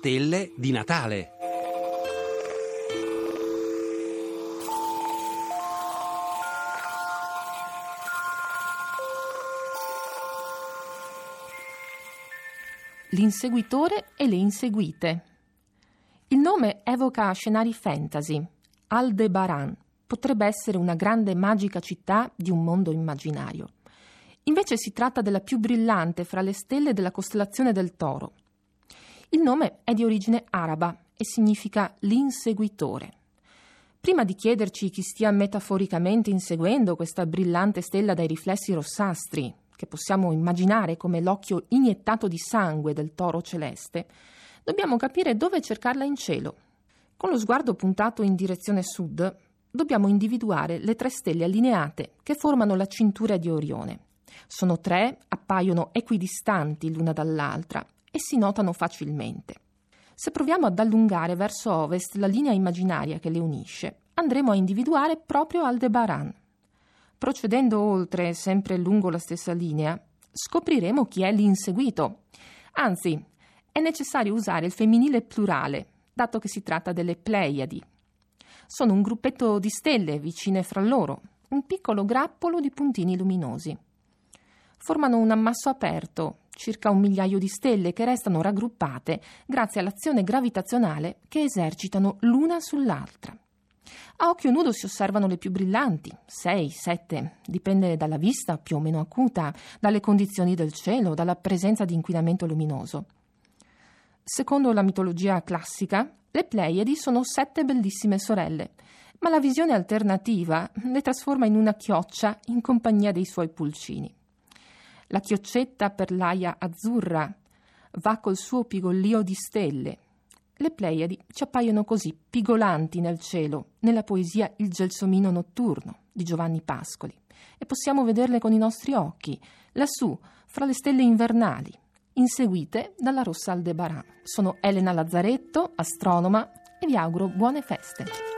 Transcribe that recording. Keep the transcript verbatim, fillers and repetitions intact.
stelle di Natale. L'inseguitore e le inseguite. Il nome evoca scenari fantasy. Aldebaran potrebbe essere una grande e magica città di un mondo immaginario. Invece si tratta della più brillante fra le stelle della costellazione del Toro. Il nome è di origine araba e significa l'inseguitore. Prima di chiederci chi stia metaforicamente inseguendo questa brillante stella dai riflessi rossastri, che possiamo immaginare come l'occhio iniettato di sangue del toro celeste, dobbiamo capire dove cercarla in cielo. Con lo sguardo puntato in direzione sud, dobbiamo individuare le tre stelle allineate che formano la cintura di Orione. Sono tre, appaiono equidistanti l'una dall'altra e si notano facilmente. Se proviamo ad allungare verso ovest la linea immaginaria che le unisce, andremo a individuare proprio Aldebaran. Procedendo oltre, sempre lungo la stessa linea, scopriremo chi è l'inseguito. Anzi, è necessario usare il femminile plurale, dato che si tratta delle Pleiadi. Sono un gruppetto di stelle vicine fra loro, un piccolo grappolo di puntini luminosi. Formano un ammasso aperto, circa un migliaio di stelle che restano raggruppate grazie all'azione gravitazionale che esercitano l'una sull'altra. A occhio nudo si osservano le più brillanti, sei, sette, dipende dalla vista più o meno acuta, dalle condizioni del cielo, dalla presenza di inquinamento luminoso. Secondo la mitologia classica, le Pleiadi sono sette bellissime sorelle, ma la visione alternativa le trasforma in una chioccia in compagnia dei suoi pulcini. La chioccetta per l'aia azzurra va col suo pigollio di stelle. Le Pleiadi ci appaiono così pigolanti nel cielo, nella poesia Il gelsomino notturno di Giovanni Pascoli, e possiamo vederle con i nostri occhi, lassù, fra le stelle invernali, inseguite dalla rossa Aldebaran. Sono Elena Lazzaretto, astronoma, e vi auguro buone feste.